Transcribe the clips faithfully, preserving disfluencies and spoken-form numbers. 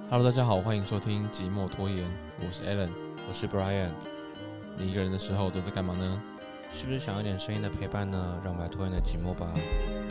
Hello， 大家好，欢迎收听寂寞拖延，我是 Alan， 我是 Brian。 你一个人的时候都在干嘛呢？ 是不是想要点声音的陪伴呢？让我们来拖延的寂寞吧。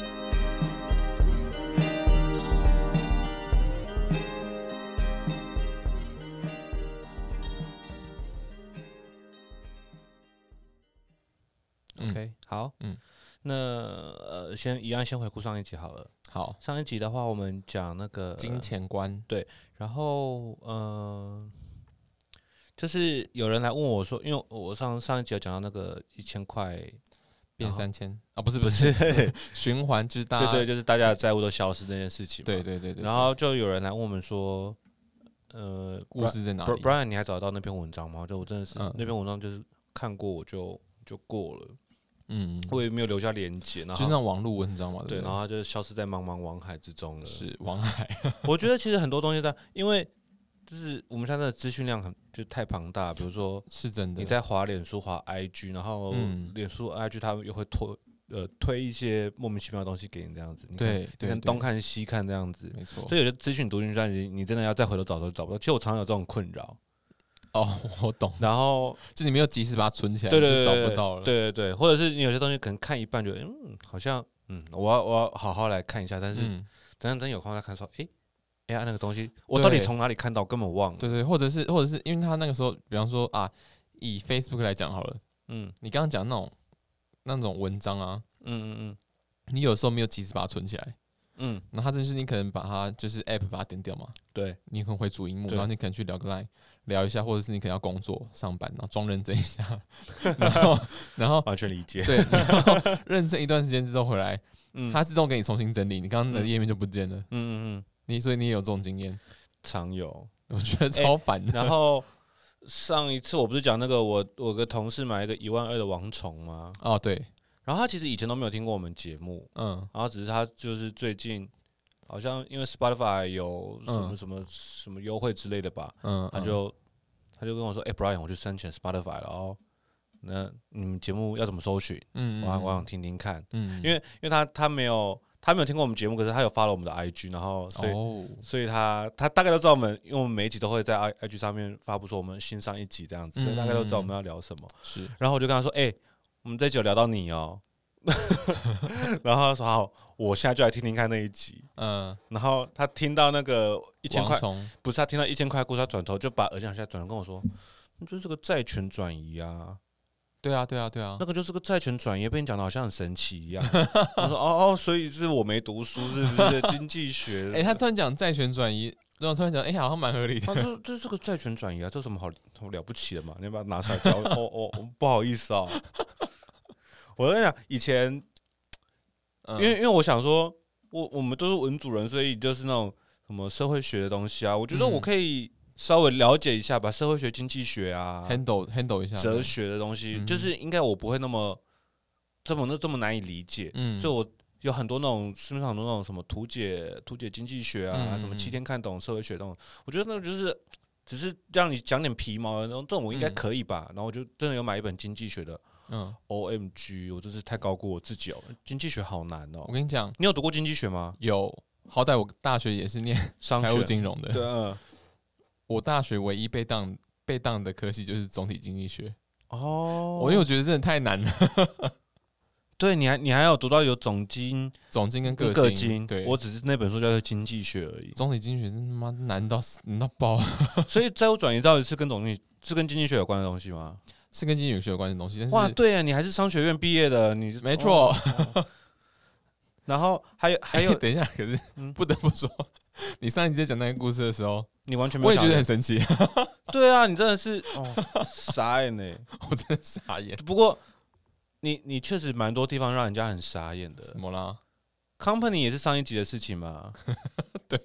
嗯、 OK， 好， 嗯， 那呃，先一样，先回顾上一集好了。 好， 上一集的话，我们讲那个金钱观， 对，然后呃，就是有人来问我说，因为我上上一集有讲到那个一千块变三千啊，不是不不是， 是循环就是大家对对，就是大家的债务都消失这件事情嘛。 对对对对， 然后就有人来问我们说，呃， 故事在哪里 Brian， 你还找得到那篇文章吗？就我真的是、 嗯、 那篇文章就是看过我就就过了， 嗯， 我也没有留下连结，然后就是那种网络文章嘛，对对， 不对， 然后它就消失在茫茫网海之中了。 是网海， 我觉得其实很多东西在，因为就是我们现在的资讯量很就太庞大，比如说是真的， 你在滑脸书、滑 I G， 然后嗯脸书、I G 他们又会推呃推一些莫名其妙的东西给你，这样子，你对你看东看西看这样子， 没错， 所以有些资讯读进去，你你真的要再回头找都找不到。其实我常常有这种困扰。 哦，我懂。 然后就你没有及时把它存起来， 对对对， 就找不到了。 对对对，或者是你有些东西可能看一半觉得嗯好像嗯我要我要好好来看一下，但是、嗯、等等有空再看说，哎哎呀那个东西我到底从哪里看到，根本忘了。 对对，或者是或者是因为他那个时候，比方说啊，以 Facebook 来讲好了，嗯，你刚刚讲那种那种文章啊，嗯嗯嗯，你有时候没有及时把它存起来。嗯，然后他就是你可能把它就是 app 把它点掉嘛，对，你可能回主萤幕，然后你可能去聊个 line 聊一下，或者是你可能要工作上班，然后装认真一下，然后然后完全理解， 对，然后认真一段时间之后回来，嗯，它自动给你重新整理，你刚刚的页面就不见了，嗯嗯嗯，你所以你也有这种经验？ 常有， 我觉得超烦的、 欸。然后上一次我不是讲那个我我有个同事买一个一万二的王虫吗？ 哦，对。 然后他其实以前都没有听过我们节目，嗯，然后只是他就是最近好像因为 Spotify 有什么什么、嗯、什么优惠之类的吧，嗯，他就他就跟我说，哎、欸、，Brian， 我去申请 Spotify 了哦，那你们节目要怎么搜寻？嗯，我我想听听看，嗯，因为因为他他没有他没有听过我们节目，可是他有 follow 我们的 I G， 然后所以、哦、所以他他大概都知道我们，因为我们每一集都会在 I G 上面发布说我们新上一集这样子，所以大概都知道我们要聊什么。是，然后我就跟他说，哎、欸。我们这一集有聊到你哦，然后他说好，我现在就来听听看那一集。嗯，然后他听到那个一千块，不是他听到一千块故事，他转头就把耳机拿下来，转头跟我说：“那就是个债权转移啊。” 对啊，对啊，对啊， 那个就是个债权转移，被你讲的好像很神奇一样。他说：“哦哦，所以是我没读书，是不是经济学？” 哎、欸，他突然讲债权转移。然后突然讲，哎、欸，好像蛮合理的。 啊，这这是个债权转移啊，这有什么好好了不起的嘛？你要把它拿出来教？哦哦，不好意思啊、哦。我跟你讲，以前，因为因为我想说，我我们都是文组人，所以就是那种什么社会学的东西啊，我觉得我可以稍微了解一下，把社会学、经济学啊 handle handle 一下哲学的东西，嗯、就是应该我不会那么这么那这么难以理解，嗯，所以我。有很多那种市面上很多那种什么图解图解经济学啊，嗯、什么七天看懂社会学那种，我觉得那就是只是让你讲点皮毛的那种，这种我应该可以吧？嗯、然后我就真的有买一本经济学的，嗯 ，O M G， 我真是太高估我自己哦，经济学好难哦。 我跟你讲， 你有读过经济学吗？ 有，好歹我大学也是念财务金融的。 对，嗯， 我大学唯一被当被当的科系就是总体经济学。哦，我因为我觉得真的太难了。 对，你还你还有读到有总经、 总经跟个个经， 对， 我只是那本书叫做经济学而已。 总体经济学真他妈难到难到爆！ 所以债务转移到底是跟总经是跟经济学有关的东西吗？ 是跟经济学有关的东西。但是哇，对啊，你还是商学院毕业的，你没错。 哦、然后还有还有、 欸，等一下，可是不得不说，嗯、你上一集在讲那个故事的时候， 你完全没有， 我也觉得很神奇。 对啊，你真的是哦，傻眼呢， 我真的傻眼。 不过。你你确实蛮多地方让人家很傻眼的。 什么啦 ？Company 也是上一集的事情嘛？ 对。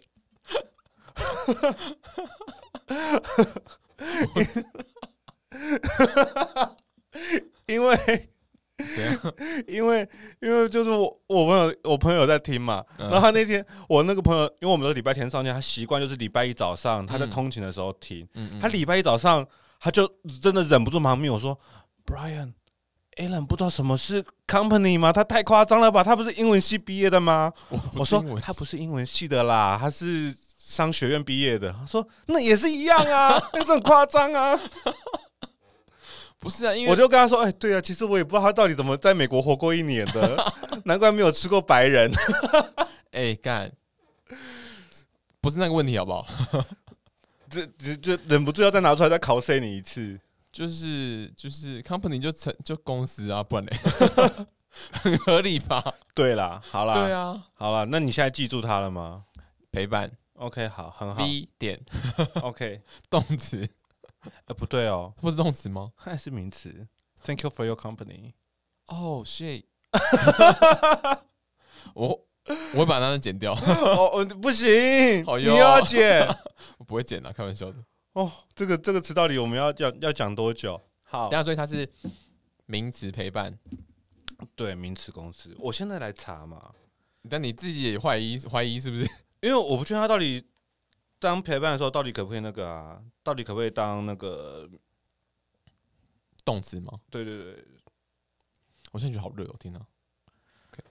因为怎样？因为因为就是我我朋友我朋友在听嘛，嗯、然后他那天我那个朋友，因为我们都礼拜天上架，他习惯就是礼拜一早上他在通勤的时候听，嗯嗯、他礼拜一早上他就真的忍不住忙命我说 ，Brian。Alan 不知道什么是 company 吗？他太夸张了吧？他不是英文系毕业的吗？我, 我说他不是英文系的啦，他是商学院毕业的，他说那也是一样啊，那很夸张啊。 不是啊，因为我就跟他说，哎，对啊，其实我也不知道他到底怎么在美国活过一年的，难怪没有吃过白人。 哎，干，不是那个问题好不好？ 这这这忍不住要再拿出来再考 C 你一次， 就是就是 company 就成就公司啊，不然嘞，很合理吧？ 对啦，好啦， 对啊， 好啦，那你现在记住他了吗？ 陪伴 ，OK， 好，很好 ，B 点 ，OK， 动词。 呃，不对哦， 不是动词吗？ 还是名词。Thank you for your company. Oh shit！ 我我会把那段剪掉。 哦，不行， 哦、 你要剪。 我不会剪啊，开玩笑的。 哦，这个这个词到底我们要讲要讲多久？好， 等下，所以它是名词陪伴。 对，名词公司。我现在来查嘛。 但你自己也怀疑怀疑是不是？ 因为我不确定他到底。当陪伴的时候，到底可不可以那个啊？到底可不可以当那个动词吗？ 对对对， 我现在觉得好热哦，天哪！ Okay.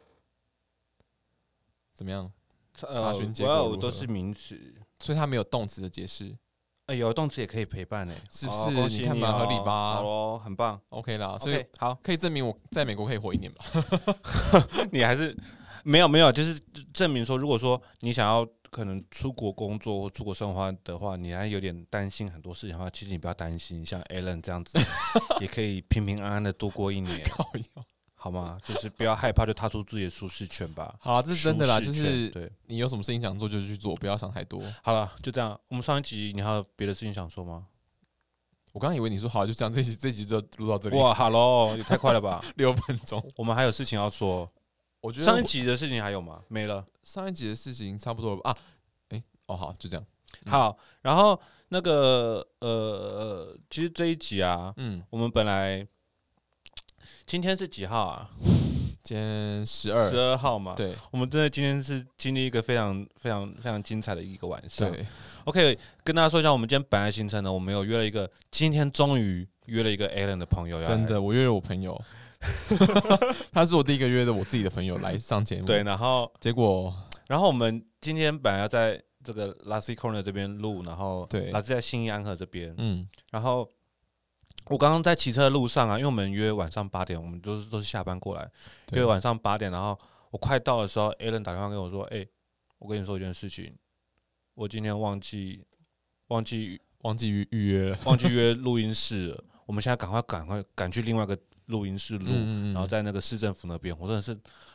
怎么样？查询结果如何？ 我都是名词， 所以它没有动词的解释。 哎、欸，有动词也可以陪伴哎、欸， 是不是？ 哦、 你, 你看嘛，合理吧？ 好咯，很棒 ，OK 啦。所以 okay, 好， 可以证明我在美国可以活一年吧？ 你还是没有没有，就是证明说，如果说你想要。可能出国工作或出国生活的话，你还有点担心很多事情的话，其实你不要担心，像 Alan 这样子，也可以平平安安的度过一年，好吗？就是不要害怕，就踏出自己的舒适圈吧。 好啊，这是真的啦，就是对， 你有什么事情想做就去做，不要想太多。 好了，就这样。我们上一集你还有别的事情想说吗？ 我刚刚以为你说好，就这样，这集这集就录到这里。 哇，好喽，也太快了吧， 六分钟。 我们还有事情要说。 我觉得上一集的事情还有吗？没了。 上一集的事情差不多了吧？啊，哎、欸，哦，好，就这样。 嗯、好，然后那个呃，其实这一集啊，嗯，我们本来今天是几号啊？ 今天十二， 十二号嘛。 对， 我们真的今天是经历一个非常非常非常精彩的一个晚上。 对 ，OK， 跟大家说一下，我们今天本来行程呢，我们有约了一个，今天终于约了一个 Alan 的朋友。 真的，我约了我朋友。他是我第一个约的我自己的朋友来上节目， 对，然后结果， 然后我们今天本来要在这个 Lassie Corner 这边录，然后对 Lassie 在信义安和这边， 嗯， 然后我刚刚在骑车的路上啊，因为我们约晚上八点，我们都是都是下班过来，约晚上八点，然后我快到的时候 ，Alan 打电话跟我说，哎、欸，我跟你说一件事情，我今天忘记忘记忘记预预约了， 忘记约录音室了，我们现在赶快赶快赶去另外一个录音室录，嗯嗯嗯，然后在那个市政府那边，我真的是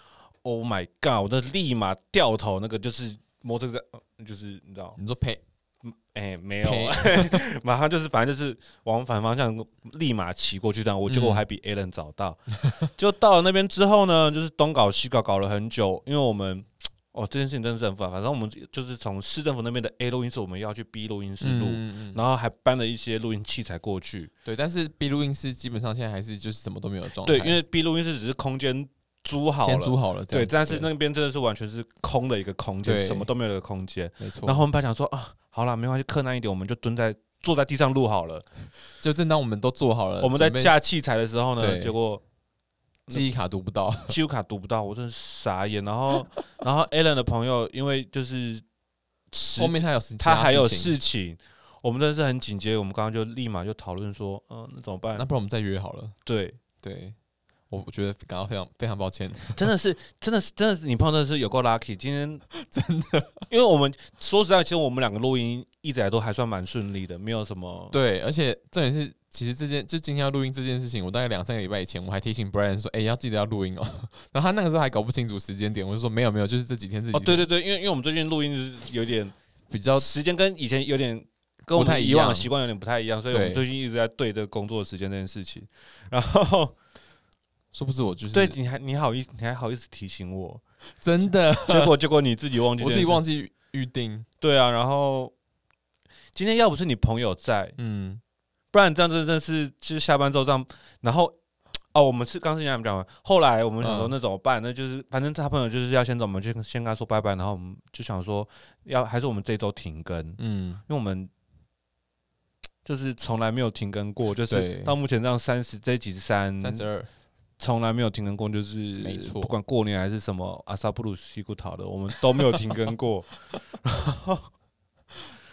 ，Oh my God！ 我真的立马掉头，那个就是摩托车，就是你知道， 你说陪， 哎、欸，没有，马上就是反正就是往反方向立马骑过去，这样我结果我还比 Alan 早到，嗯、就到了那边之后呢，就是东搞西搞，搞了很久，因为我们。哦，这件事情真的是很复杂。反正我们就是从市政府那边的 A 录音室，我们要去 B 录音室录，嗯嗯嗯，然后还搬了一些录音器材过去。 对，但是 B 录音室基本上现在还是就是什么都没有的状态。 对，因为 B 录音室只是空间租好了， 先租好了， 对，但是那边真的是完全是空的一个空间，什么都没有的空间。 没错。 然后我们本来想说啊，好啦，没关系，困难一点，我们就蹲在坐在地上录好了。 就正当我们都做好了， 我们在架器材的时候呢，结果。 记忆卡读不到， 记忆卡读不到，我真的傻眼。然后，然后 Alan 的朋友，因为就是后面他有事， 他还有事情，我们真的是很紧接。我们刚刚就立马就讨论说，嗯、呃，那怎么办？ 那不然我们再约好了。 对对，我我觉得感到非常非常抱歉， 真的是，真的是，真的是，你碰到的是有够 lucky。今天真的， 因为我们说实在，其实我们两个录音一直来都还算蛮顺利的，没有什么。 对，而且重点是。其实这件就今天要录音这件事情，我大概两三个礼拜以前，我还提醒 Brian 说：“哎、欸，要记得要录音哦。”然后他那个时候还搞不清楚时间点，我就说：“没有没有，就是这几天自己。” 哦，对对对，因为因为我们最近录音是有点比较时间跟以前有点跟我们以往的习惯有点不太一样，所以我们最近一直在对这个工作时间这件事情。然后说不是我就是对，你还你好意你还好意思提醒我， 真的？ 结果结果你自己忘记， 我自己忘记预定。 对啊，然后今天要不是你朋友在，嗯。不然这样真的是，就是下班之后这样，然后哦，我们是刚才讲讲，后来我们想说那怎么办？嗯、那就是反正他朋友就是要先走，我们就先跟他说拜拜，然后我们就想说要还是我们这周停更，嗯，因为我们就是从来没有停更过，就是到目前这样三十这一集是三三十二， 从来没有停更过，就是没错， 不管过年还是什么阿萨布鲁西古塔的，我们都没有停更过。然后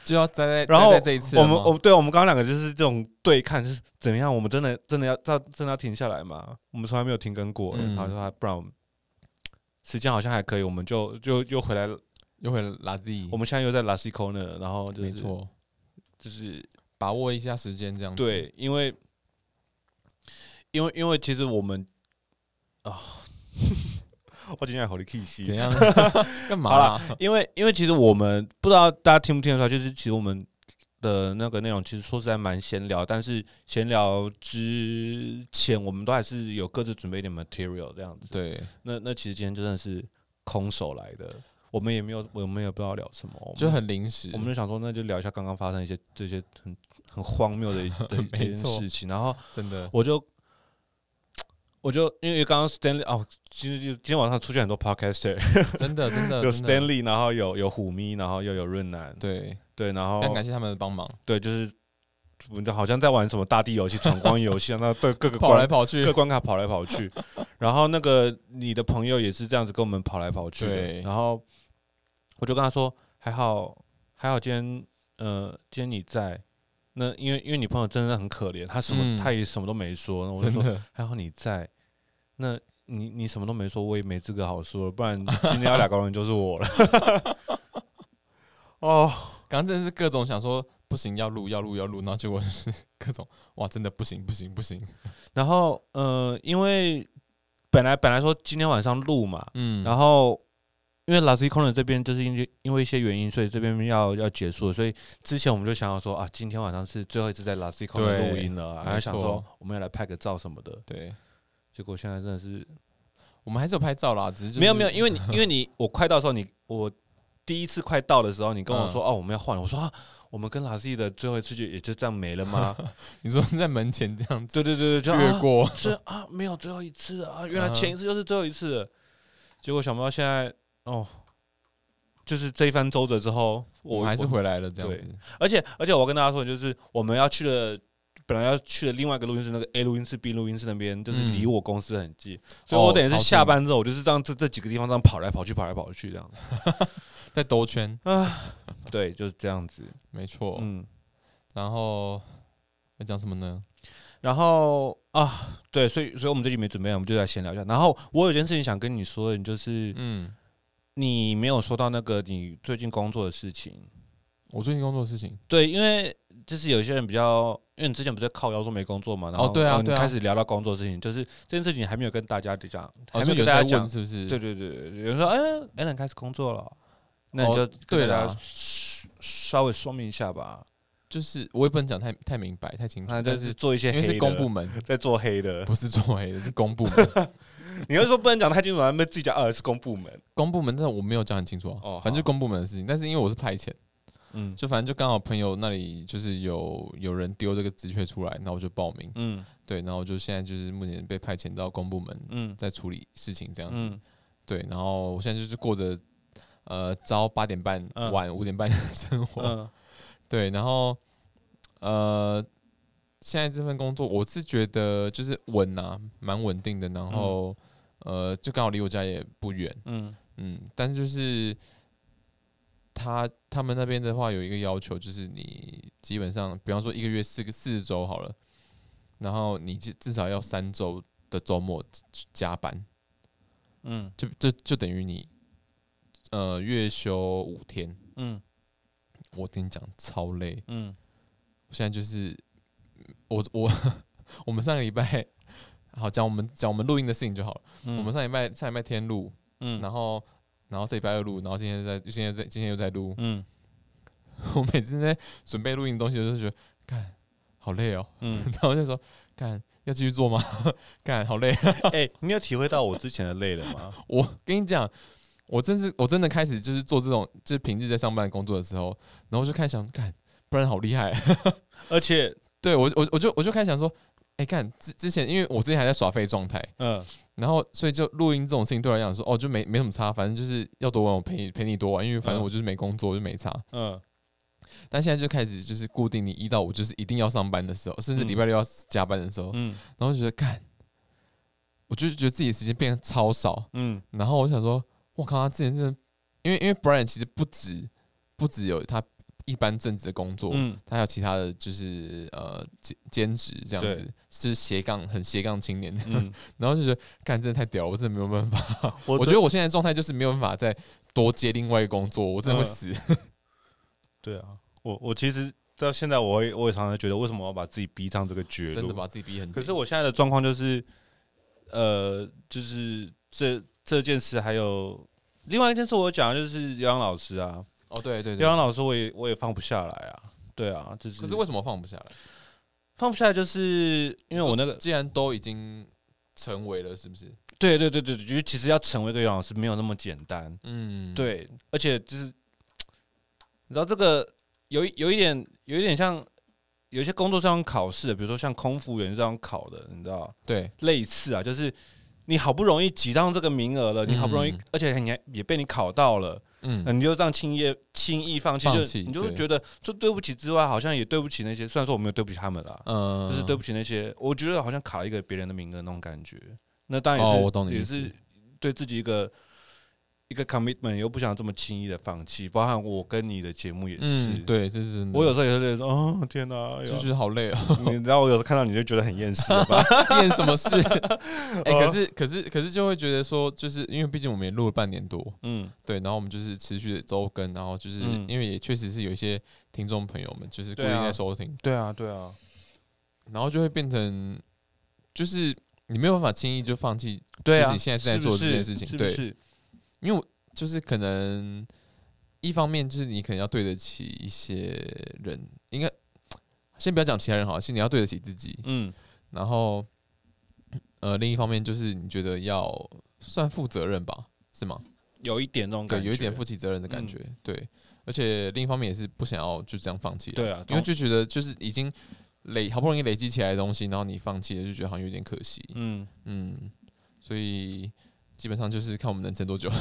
就要栽在， 然后在这一次我们我对我们刚刚两个就是这种对看是怎么样？我们真的真的要真的要停下来吗？我们从来没有停更过，嗯、然后说不然我们时间好像还可以，我们就就又回来又回来拉 Z， 我们现在又在拉 C corner， 然后就是没错， 就是把握一下时间这样子。 对，因为因为因为其实我们啊。哦我今天好的气息， 怎样？干嘛、 啊？好了，因为因为其实我们不知道大家听不听得出来，就是其实我们的那个内容其实说实在蛮闲聊，但是闲聊之前我们都还是有各自准备一点 material 这样子。 对， 那那其实今天真的是空手来的，我们也没有我们也不知道聊什么， 就很临时。 我们就想说，那就聊一下刚刚发生一些这些很很荒谬的一的一件事情，然后真的我就。我就因为刚刚 Stanley 哦，其实今天晚上出现很多 podcaster， 真的真的有 Stanley， 然后有有虎咪，然后又有润南， 对对，然后非感谢他们的帮忙， 对，就是我们好像在玩什么大地游戏、闯关游戏，那对各个跑来跑去， 各关卡跑来跑去，然后那个你的朋友也是这样子跟我们跑来跑去的，然后我就跟他说，还好还好，今天呃今天你在。那因为因为你朋友真的很可怜，他什么、嗯、他也什么都没说，我就说还好你在，那你你什么都没说，我也没资格好说，不然今天要俩高人就是我了。 哦，刚刚真的是各种想说不行要录要录要录，然后结果是各种哇真的不行不行不行。 然后呃，因为本来本来说今天晚上录嘛，嗯，然后。因为 Lazy Corner 这边就是因为因为一些原因，所以这边要要结束了，所以之前我们就想要说啊，今天晚上是最后一次在 Lazy Corner 录音了，然后想说我们要来拍个照什么的。 对， 结果现在真的是， 我们还是有拍照啦，只是、就是、 没有没有，因为你因为你我快到的时候，你我第一次快到的时候，你跟我说、嗯、哦我们要换了，我说啊，我们跟 Lazy 的最后一次就也就这样没了吗？ 你说在门前这样子？ 对对对对，就越过， 这啊, 啊没有最后一次啊，原来前一次就是最后一次了，结果想不到现在哦。就是这一番周折之后， 我们还是回来了这样子。 而且而且我跟大家说，就是我们要去的，本来要去的另外一个录音室，那个 A 录音室、B 录音室那边，就是离我公司很近，嗯、所以我等于是下班之后，我就是这样这这几个地方这样跑来跑去、跑来跑去这样子， 在兜圈啊。对，就是这样子， 没错。嗯，然后要讲什么呢？ 然后啊，对，所以所以我们这集没准备，我们就来闲聊一下。然后我有件事情想跟你说，你就是嗯。你没有说到那个你最近工作的事情， 我最近工作的事情， 对，因为就是有些人比较，因为你之前不是靠腰说没工作嘛，然后哦对啊， 你开始聊到工作的事情，就是这件事情还没有跟大家讲，还没有跟大家讲， 是不是？ 对对对，有人说，哎 ，Alan 开始工作了，那你就跟大家稍微说明一下吧。 就是我也不能讲太太明白、太清楚， 那就是做一些黑的， 因为是公部门在做黑的， 不是做黑的，是公部门。 你要说不能讲太清楚，他们自己讲啊是公部门， 公部门，但是我没有讲很清楚啊。哦，反正就公部门的事情，但是因为我是派遣，嗯，就反正就刚好朋友那里就是有有人丢这个职缺出来，然后我就报名，嗯，对，然后我就现在就是目前被派遣到公部门，嗯，在处理事情这样子，嗯、对，然后我现在就是过着呃朝八点半、嗯、晚五点半的生活，嗯、对，然后呃。现在这份工作，我是觉得就是稳啊，蛮稳定的。然后，嗯、呃，就刚好离我家也不远。嗯嗯，但是就是他他们那边的话有一个要求，就是你基本上，比方说一个月四个四十周好了，然后你至少要三周的周末加班。嗯，就就就等于你呃月休五天。嗯，我跟你讲超累。嗯，我现在就是。我我我们上个礼拜好讲我们讲我们录音的事情就好了。嗯、我们上礼拜上礼拜天录，嗯，然后然后这礼拜二录，然后今天在现在在今天又在录，嗯，我每次在准备录音的东西，我就觉得，干好累哦，嗯，然后就说，干要继续做吗？干好累。 哎、欸，你有体会到我之前的累了吗？ 我跟你讲，我真是我真的开始就是做这种就是平日在上班工作的时候，然后就开始想，干不然好厉害， 而且。 对我我我就我就开始想说，哎、欸，看之之前，因为我之前还在耍废状态，嗯，然后所以就录音这种事情对我来讲说，哦，就没没什么差，反正就是要多玩我陪你陪你多玩，因为反正我就是没工作，我就没差，嗯。但现在就开始就是固定你一到五就是一定要上班的时候，甚至礼拜六要加班的时候，嗯，然后就觉得干，我就觉得自己的时间变得超少，嗯，然后我想说，我靠，他之前是因为因为 Brian 其实不止不只有他。 一般正职的工作，嗯，他还有其他的就是呃兼兼职这样子，是斜杠很斜杠青年，嗯，然后就觉得干真的太屌了，我真的没有办法，我, 我觉得我现在的状态就是没有办法再多接另外一个工作，我真的会死。 嗯、对啊，我我其实到现在我也我也常常觉得，为什么我要把自己逼上这个绝路？ 真的把自己逼很紧。 可是我现在的状况就是，呃，就是这这件事还有另外一件事，我讲的就是姚洋老师啊。 哦，对对对， 姚洋老师我也我也放不下来啊，对啊，就是。 可是为什么放不下来？ 放不下来，就是因为我那个既然都已经成为了，是不是？ 对对对对，觉得其实要成为一个姚老师没有那么简单，嗯，对，而且就是你知道这个有有一点有一点像有一些工作上考试的，比如说像空服员这样考的，你知道？ 对， 类似啊，就是你好不容易挤上这个名额了，你好不容易，嗯、而且你还也被你考到了。嗯，你就这样轻易轻易放弃，就你就会觉得说对不起之外，好像也对不起那些。虽然说我没有对不起他们啦，嗯，就是对不起那些。我觉得好像卡了一个别人的名额那种感觉。那当然也是， 哦、我懂你也是对自己一个一个 commitment， 又不想这么轻易的放弃。包含我跟你的节目也是， 嗯、对，这是真的。 我有时候也会说，哦，天哪， 就觉得好累哦。 你然后我有时候看到你就觉得很厌世了吧？ 厌什么事？哎、欸，可是可是可是就会觉得说，就是因为毕竟我们也录了半年多，嗯，对，然后我们就是持续的周更，然后就是、嗯、因为也确实是有一些听众朋友们就是固定在收听， 对啊，对啊， 然后就会变成就是你没有办法轻易就放弃，对啊，就是你现在正在做的这件事情， 是不是？ 对，因为我就是可能一方面就是你可能要对得起一些人，应该先不要讲其他人好，是你要对得起自己，嗯，然后。呃，另一方面就是你觉得要算负责任吧，是吗？ 有一点那种感觉， 对，有一点负起责任的感觉，嗯、对。而且另一方面也是不想要就这样放弃， 对啊， 因为就觉得就是已经累，好不容易累积起来的东西，然后你放弃了，就觉得好像有点可惜，嗯嗯。所以基本上就是看我们能撑多久。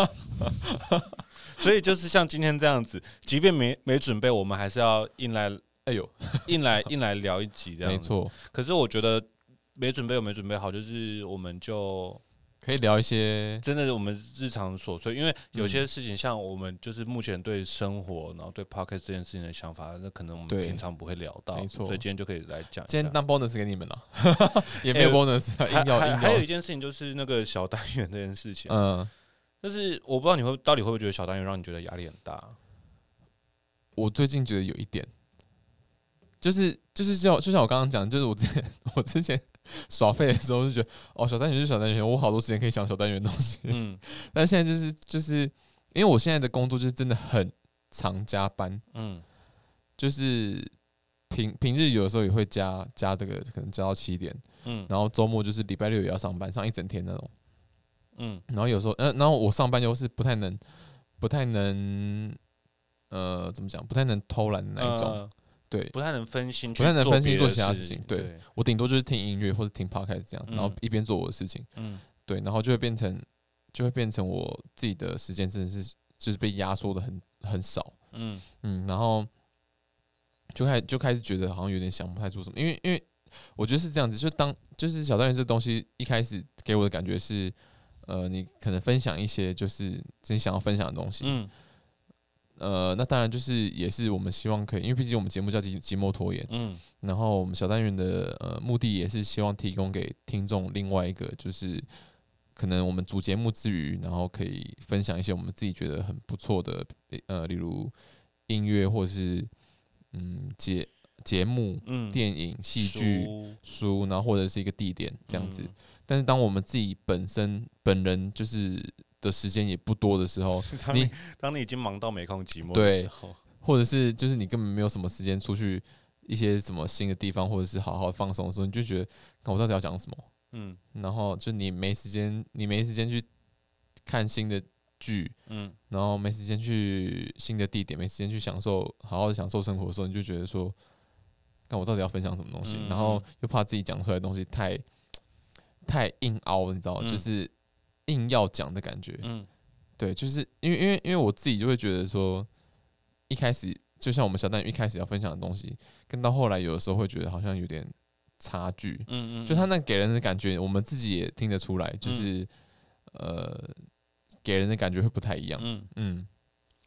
所以就是像今天这样子，即便没没准备，我们还是要硬来， 哎呦， 硬来硬来聊一集这样子。 没错。 可是我觉得。没准备，有没准备好，就是我们就可以聊一些真的是我们日常琐碎，因为有些事情像我们就是目前对生活，然后对 podcast 这件事情的想法，那可能我们平常不会聊到，没错，所以今天就可以来讲。 今天当 bonus 给你们了，也没有 bonus，、欸、 硬要硬要。还有一件事情就是那个小单元这件事情，嗯，但是我不知道你会到底会不会觉得小单元让你觉得压力很大？ 我最近觉得有一点，就是就是像就像我刚刚讲，就是我之前我之前。耍废的时候就觉得哦，小单元就是小单元，我好多时间可以想小单元的东西。嗯，但现在就是就是因为我现在的工作就是真的很常加班，嗯，就是平平日有的时候也会加加这个，可能加到七点，嗯，然后周末就是礼拜六也要上班，上一整天那种，嗯，然后有时候，呃，然后我上班又是不太能不太能呃怎么讲，不太能偷懒的那一种。呃对， 不太能分心， 不太能分心做其他事情。对，對我顶多就是听音乐或者听 podcast 这样，嗯、然后一边做我的事情。嗯，对，然后就会变成，就会变成我自己的时间真的是就是被压缩的很很少。嗯嗯，然后就开就开始觉得好像有点想不太出什么，因为因为我觉得是这样子，就当就是小单元这东西一开始给我的感觉是，呃，你可能分享一些就是你想要分享的东西。嗯。呃，那当然就是也是我们希望可以，因为毕竟我们节目叫寂寂寞拖延，嗯，然后我们小单元的呃目的也是希望提供给听众另外一个就是可能我们主节目之余，然后可以分享一些我们自己觉得很不错的呃，例如音乐或者是嗯节节目、嗯、电影、戏剧、书，然后或者是一个地点这样子。嗯、但是当我们自己本身本人就是的时间也不多的时候， 当 你, 你当你已经忙到没空寂寞的时候， 或者是就是你根本没有什么时间出去一些什么新的地方，或者是好好放松的时候，你就觉得，看我到底要讲什么？嗯，然后就你没时间，你没时间去看新的剧，嗯，然后没时间去新的地点，没时间去享受好好的享受生活的时候，你就觉得说，看我到底要分享什么东西？嗯、然后又怕自己讲出来的东西太太硬凹，你知道吗？嗯、就是硬要讲的感觉。嗯，对，就是因为因为因为我自己就会觉得说，一开始就像我们小单元一开始要分享的东西，跟到后来有的时候会觉得好像有点差距。嗯嗯，就他那给人的感觉，我们自己也听得出来，就是、嗯、呃，给人的感觉会不太一样。嗯嗯，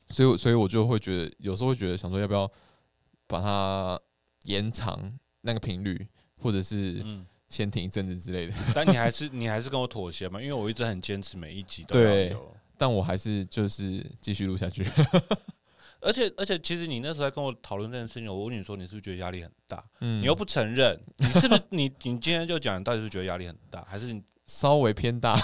所以所以我就会觉得，有时候会觉得想说，要不要把它延长那个频率，或者是先停一阵子之类的。 嗯、但你还是你还是跟我妥协嘛，因为我一直很坚持每一集都要有， 但我还是就是继续录下去。 而且而且，其实你那时候在跟我讨论这件事情，我问你说你是不是觉得压力很大？嗯，你又不承认，你是不是你你今天就讲，你到底是觉得压力很大，还是你稍微偏大？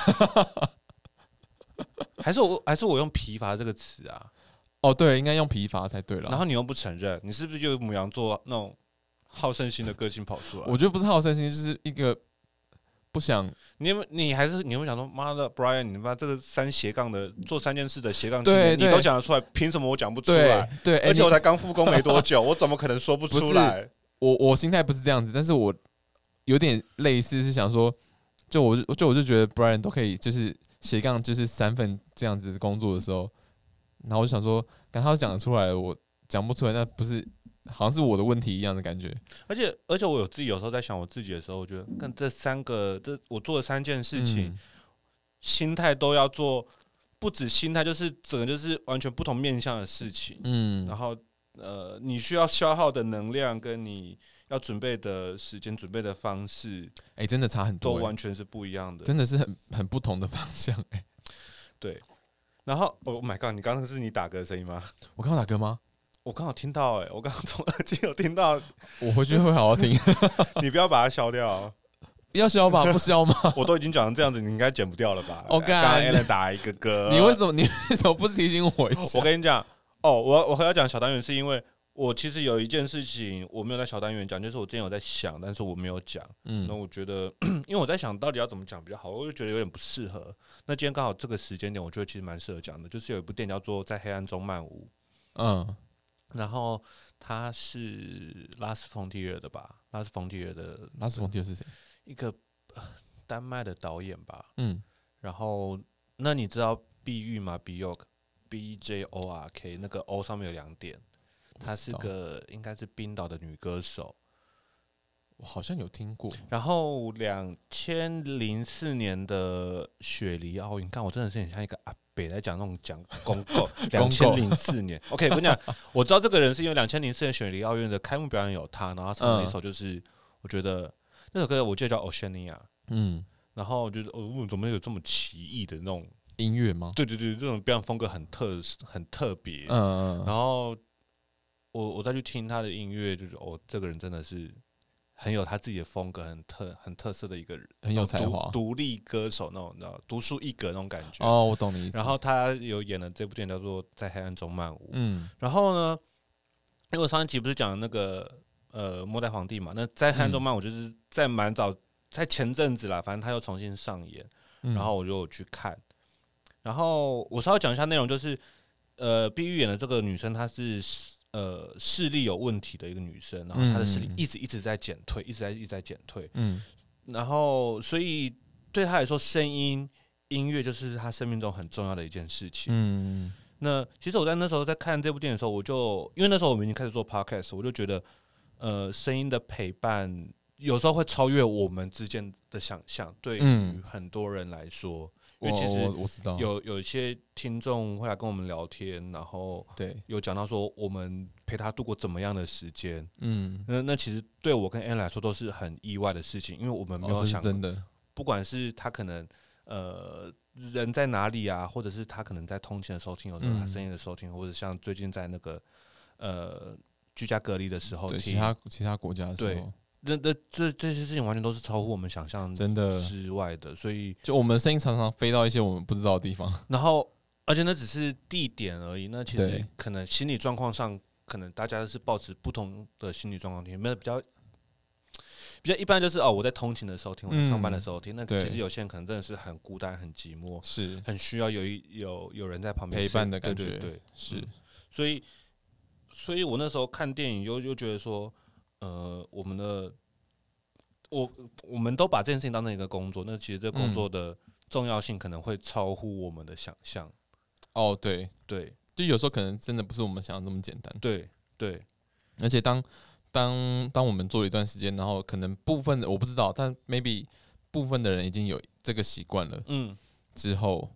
还是我还是我用疲乏这个词啊？ 哦，对，应该用疲乏才对了。 然后你又不承认，你是不是就母羊座那种好胜心的个性跑出来？ 我觉得不是好胜心，就是一个不想你你还是你会想说，妈的 ，Brian， 你妈这个三斜杠的做三件事的斜杠青年，你都讲得出来，凭什么我讲不出来？ 对， 而且我才刚复工没多久，我怎么可能说不出来？ 我我心态不是这样子，但是我有点类似，是想说，就我就我就觉得 Brian 都可以，就是斜杠就是三份这样子的工作的时候，然后我就想说，刚他讲得出来，我讲不出来，那不是好像是我的问题一样的感觉。 而且而且我有自己有时候在想我自己的时候，我觉得跟这三个这我做的三件事情，嗯、心态都要做，不止心态，就是整个就是完全不同面向的事情。嗯，然后呃，你需要消耗的能量跟你要准备的时间、准备的方式， 哎、欸，真的差很多、 欸，都完全是不一样的， 真的是很很不同的方向、欸，哎， 对。然后 ，Oh my god！ 你刚刚是你打嗝的声音吗？ 我刚刚打嗝吗？ 我刚好听到、欸，哎，我刚刚从耳机有听到。 我回去会好好听。 你不要把它消掉， 要消吧？不消吗？ 我都已经讲成这样子，你应该剪不掉了吧？ 我刚刚 Alan 打一个嗝， 你为什么你为什么不提醒我一下？ 我跟你讲，哦，我我还要讲小单元，是因为我其实有一件事情我没有在小单元讲，就是我之前有在想，但是我没有讲。嗯，那我觉得，因为我在想到底要怎么讲比较好，我就觉得有点不适合。那今天刚好这个时间点，我觉得其实蛮适合讲的，就是有一部电影叫做《在黑暗中漫舞》。嗯。然后他是拉斯冯提尔的吧？拉斯冯提尔的拉斯冯提尔是谁？ 一个丹麦的导演吧。嗯。然后，那你知道碧玉吗 ？Bjork B J O R K 那个 O 上面有两点，她是个应该是冰岛的女歌手。 我好像有听过。 然后，两千零四年的雪梨奥运，看我真的是很像一个阿北来讲那种讲公告。两千零四年 ，OK， 我跟你讲，我知道这个人是因为两千零四年雪梨奥运的开幕表演有他，然后他唱了一首，就是、嗯、我觉得那首歌我记得叫 Oceania， 嗯，然后我觉得哦，怎么有这么奇异的那种音乐吗？ 对对对，这种表演风格很特很特别，嗯嗯，然后我我再去听他的音乐，就是哦，这个人真的是。很有他自己的风格，很特很特色的一个人， 很有才华， 独立歌手那种，你知道，独树一格那种感觉。 哦，我懂你意思。 然后他有演了这部电影叫做《在黑暗中漫舞》。嗯。然后呢，因为我上一集不是讲那个呃末代皇帝嘛，那在黑暗中漫舞就是在蛮早，在前阵子啦，反正他又重新上演，嗯、然后我就有去看。然后我稍微讲一下内容，就是呃，碧玉演的这个女生她是。呃，视力有问题的一个女生，然后她的视力一直一直在减退，一直在一直在减退。嗯，然后所以对她来说，声音音乐就是她生命中很重要的一件事情。嗯，那其实我在那时候在看这部电影的时候，我就因为那时候我们已经开始做 podcast， 我就觉得，呃，声音的陪伴有时候会超越我们之间的想象，对于很多人来说。因为其实我知道有有一些听众会来跟我们聊天，然后有讲到说我们陪他度过怎么样的时间，嗯，那那其实对我跟 Ann 来说都是很意外的事情，因为我们没有想过， 哦、真的， 不管是他可能呃人在哪里啊，或者是他可能在通勤的时候听，有时候他声音的时候听，或者像最近在那个呃居家隔离的时候听， 其他其他国家的时候。 对那那这这些事情完全都是超乎我们想象真的之外的，所以就我们的声音常常飞到一些我们不知道的地方。 然后，而且那只是地点而已。那其实可能心理状况上，可能大家是抱持不同的心理状况听。没有比较比较一般就是哦，我在通勤的时候听，我在上班的时候听。嗯、那其实有些人可能真的是很孤单、很寂寞， 是很需要有一有有人在旁边陪伴的感觉。 对对对， 是。 嗯、所以，所以我那时候看电影又又觉得说。呃，我们的我我们都把这件事情当成一个工作，那其实这工作的重要性可能会超乎我们的想象。 哦，对对， 就有时候可能真的不是我们想的那么简单。 对对， 而且当当当我们做了一段时间，然后可能部分的我不知道，但 maybe 部分的人已经有这个习惯了，嗯，之后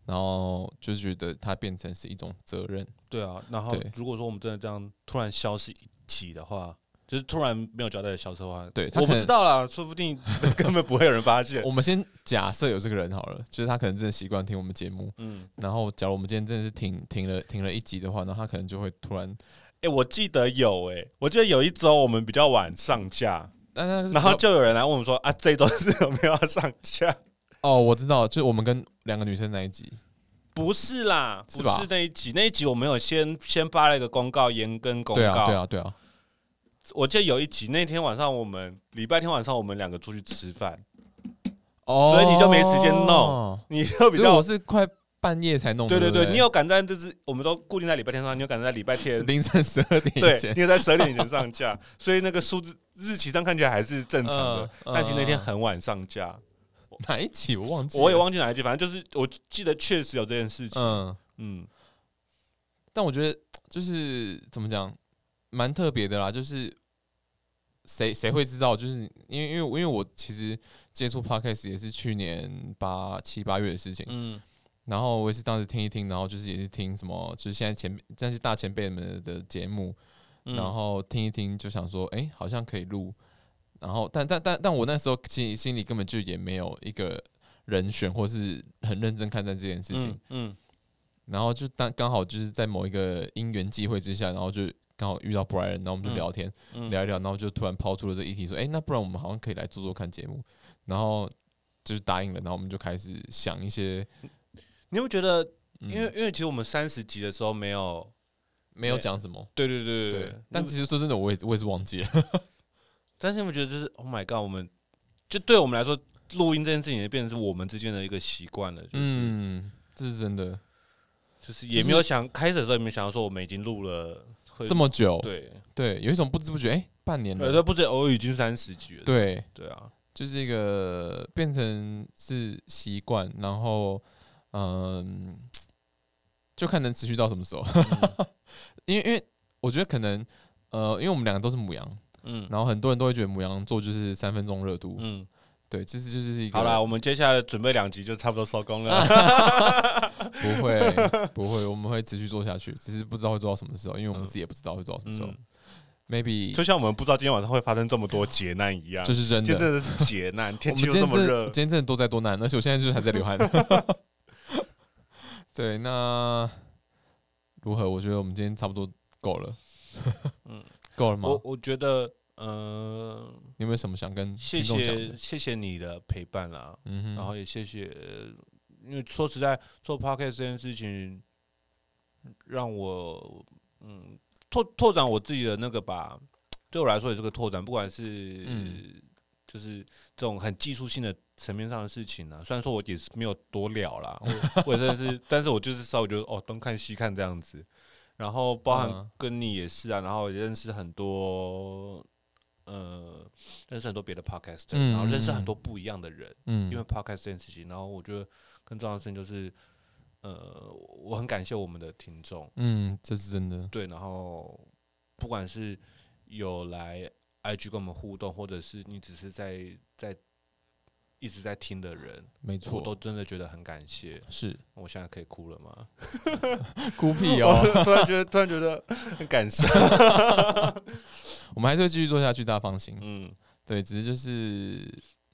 然后就觉得它变成是一种责任。 对啊，然后如果说我们真的这样突然消失一集的话，就是突然没有交代的消失的话， 对， 我不知道啦，说不定根本不会有人发现。 我们先假设有这个人好了，就是他可能真的习惯听我们节目，嗯，然后假如我们今天真的是停停了停了一集的话，那他可能就会突然， 哎、欸，我记得有哎、欸，我记得有一周我们比较晚上架，然后就有人来问我们说啊，这一周是有没有要上架？ 哦，我知道，就是我们跟两个女生那一集。 不是啦，不是那一集，那一集我们有先先发了一个公告，延更公告。 对啊，对啊，对啊。 我记得有一集，那天晚上我们礼拜天晚上我们两个出去吃饭， 哦， 所以你就没时间弄，你就比较。 我是快半夜才弄。 对对对， 你有赶在就是我们都固定在礼拜天上，你有赶在礼拜天凌晨十二点对，你有在十二点以前上架，所以那个数字日期上看起来还是正常的，嗯、但其实那天很晚上架。 哪一集我忘记了， 我也忘记哪一集，反正就是我记得确实有这件事情。嗯嗯， 但我觉得就是怎么讲，蛮特别的啦。就是谁谁会知道？就是因为因为因为我其实接触 podcast 也是去年八七八月的事情。嗯，然后我也是当时听一听，然后就是也是听什么，就是现在前那些大前辈们的节目，嗯、然后听一听就想说，哎、欸，好像可以录。然后，但但但但我那时候心心里根本就也没有一个人选，或是很认真看待这件事情。嗯，嗯然后就当刚好就是在某一个因缘际会之下，然后就刚好遇到 Brian， 然后我们就聊天、嗯嗯、聊一聊，然后就突然抛出了这个议题，说，哎、欸，那不然我们好像可以来做做看节目。然后就是答应了，然后我们就开始想一些。 你有没有觉得，因为、嗯、因为其实我们三十集的时候没有没有讲什么？ 对对对 对, 对。但其实说真的，我也我也是忘记了。 但是你们觉得就是 ，Oh my God， 我们就对我们来说，录音这件事情也变成是我们之间的一个习惯了。就是， 嗯，这是真的， 就是也没有想、就是、开始的时候也没有想到说我们已经录了这么久， 对对，有一种不知不觉，哎、欸，半年了， 对，不知哦，已经三十集了。 对对啊， 就是一个变成是习惯，然后嗯，就看能持续到什么时候。嗯、因为因为我觉得可能呃，因为我们两个都是母羊。嗯，然后很多人都会觉得母羊座就是三分钟热度，嗯，对，其实就是一个。 好啦，我们接下来准备两集就差不多收工了。 不会，不会，我们会持续做下去，只是不知道会做到什么时候，因为我们自己也不知道会做到什么时候。嗯、Maybe 就像我们不知道今天晚上会发生这么多劫难一样， 这是真的， 真的是劫难，天气又这么热， 今天真的多灾多难，而且我现在就是还在流汗。对，那如何？我觉得我们今天差不多够了。嗯。够了吗？ 我我觉得，呃， 你有没有什么想跟谢谢谢谢你的陪伴啦，嗯哼，然后也谢谢，因为说实在，做 podcast 这件事情，让我嗯拓拓展我自己的那个吧，对我来说也是个拓展，不管是、嗯、就是这种很技术性的层面上的事情呢、啊，虽然说我也是没有多了啦，我我真的是，但是我就是稍微觉得哦，东看西看这样子。然后包含跟你也是啊，然后也认识很多，呃，认识很多别的 podcaster，、嗯、然后认识很多不一样的人，嗯，因为 podcast 这件事情，然后我觉得更重要的事情就是，呃，我很感谢我们的听众， 嗯，这是真的， 对，然后不管是有来 I G 跟我们互动，或者是你只是在在。一直在听的人， 没错， 我都真的觉得很感谢。 是， 我现在可以哭了吗？ 哭屁哦！ 突然觉得，突然觉得很感伤。 我们还是会继续做下去，大家放心。嗯，对，只是就是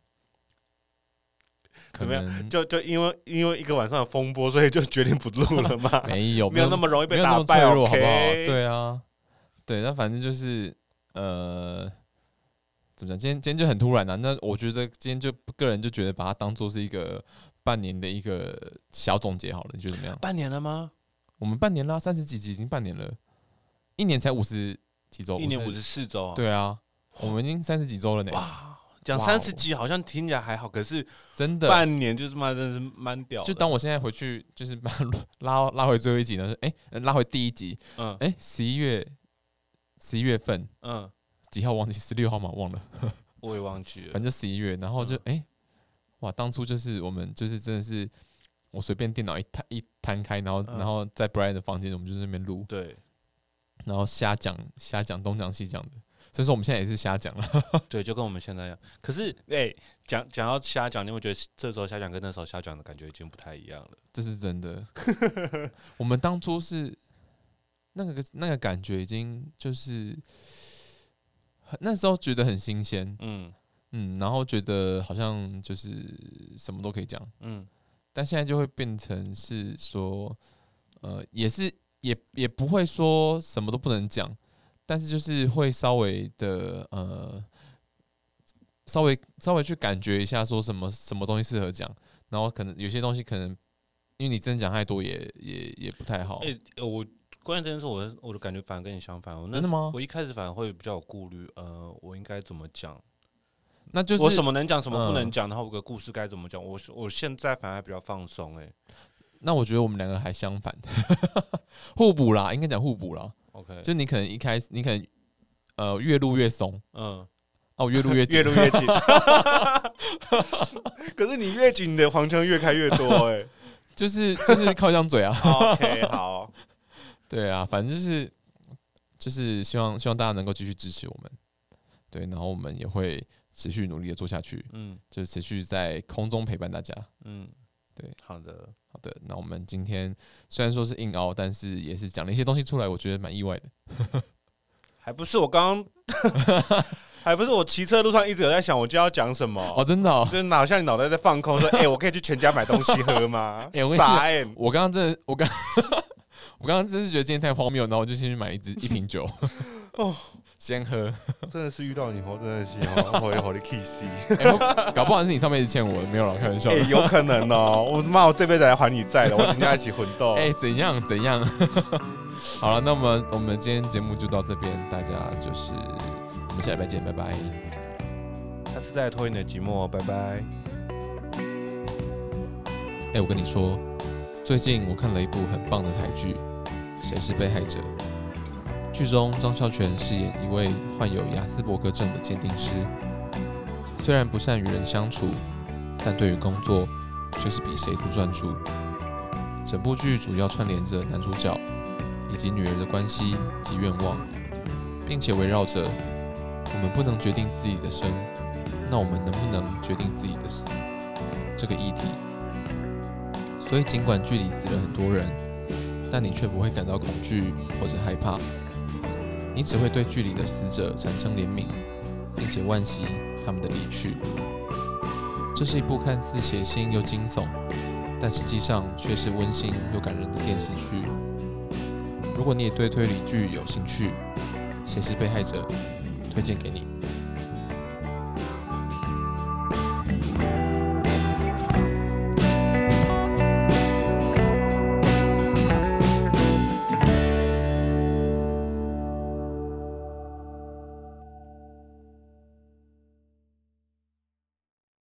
怎么样？就就因为因为一个晚上的风波，所以就决定不录了吗？ 没有， 没有那么容易被打败， 好不好？对啊，对，那反正就是呃。怎么讲？今天今天就很突然啊！那我觉得今天就个人就觉得把它当做是一个半年的一个小总结好了，你觉得怎么样？ 半年了吗？ 我们半年啦，三十几集已经半年了，一年才五十几周， 一年五十四周啊。 对啊，我们已经三十几周了呢。 哇，讲三十集好像听起来还好，可是真的半年就是妈真的是蛮屌的。 就当我现在回去，就是拉拉回最后一集呢，哎、欸，拉回第一集，嗯，哎、欸，十一月十一月份，嗯。几号忘记？十六号嘛，忘了。 我也忘记了。 反正就十一月，然后就哎、嗯欸，哇！当初就是我们就是真的是，我随便电脑一摊一摊开，然后、嗯、然后在 Brian 的房间，我们就在那边录。 对。 然后瞎讲瞎讲东讲西讲的。 所以说我们现在也是瞎讲了。 对，就跟我们现在一样。可是，哎，讲讲到瞎讲，你会觉得这时候瞎讲跟那时候瞎讲的感觉已经不太一样了。 这是真的。我们当初是那个那个感觉，已经就是那时候觉得很新鲜，嗯嗯，然后觉得好像就是什么都可以讲，嗯，但现在就会变成是说，呃，也是也也不会说什么都不能讲。但是就是会稍微的呃，稍微稍微去感觉一下，说什么什么东西适合讲，然后可能有些东西可能因为你真的讲太多也也也不太好。 哎、欸，我关于这件事，我的我的感觉反而跟你相反。我那真的吗？ 我一开始反而会比较有顾虑，呃，我应该怎么讲？ 那就是我什么能讲，什么不能讲，然后我个故事该怎么讲？我我现在反而比较放松，哎。 那我觉得我们两个还相反，互补啦，应该讲互补啦。 OK， 就你可能一开始，你可能呃越录越松，嗯，哦越录越紧， 越录越紧。可是你越紧，你的黄腔越开越多，哎， 就是就是靠一张嘴啊。 OK， 好， 对啊，反正就是就是希望希望大家能够继续支持我们，对，然后我们也会持续努力的做下去，嗯，就是持续在空中陪伴大家，嗯。对， 好的， 好的。那我们今天虽然说是硬凹，但是也是讲了一些东西出来，我觉得蛮意外的。 还不是我刚刚，还不是我骑车路上一直有在想，我就要讲什么哦，真的、哦， 就好像你脑袋在放空，说，哎、欸，我可以去全家买东西喝吗？ 哎、欸，傻哎、欸，我刚刚真的，我刚，我刚刚真是觉得今天太荒谬，然后我就先去买一支一瓶酒。哦。先喝， 真的是遇到你哦，真的是哦，好的好的 kiss， 搞不好是你上辈子欠我的，没有啦，开玩笑。 哎、欸，有可能哦，我妈，我这辈子来还你债了，我今天一起混斗。 哎、欸，怎样怎样？好了，那么我们今天节目就到这边，大家就是我们下礼拜见，拜拜。 下次再来拖你的寂寞，拜拜。 哎、欸，我跟你说，最近我看了一部很棒的台剧，《谁是被害者》。剧中，张孝全饰演一位患有亚斯伯格症的鉴定师，虽然不善与人相处，但对于工作却是比谁都专注。整部剧主要串联着男主角以及女儿的关系及愿望，并且围绕着我们不能决定自己的生，那我们能不能决定自己的死这个议题。所以，尽管剧里死了很多人，但你却不会感到恐惧或者害怕。你只会对剧里的死者产生怜悯，并且惋惜他们的离去。这是一部看似血腥又惊悚，但实际上却是温馨又感人的电视剧。如果你也对推理剧有兴趣，《谁是被害者》推荐给你。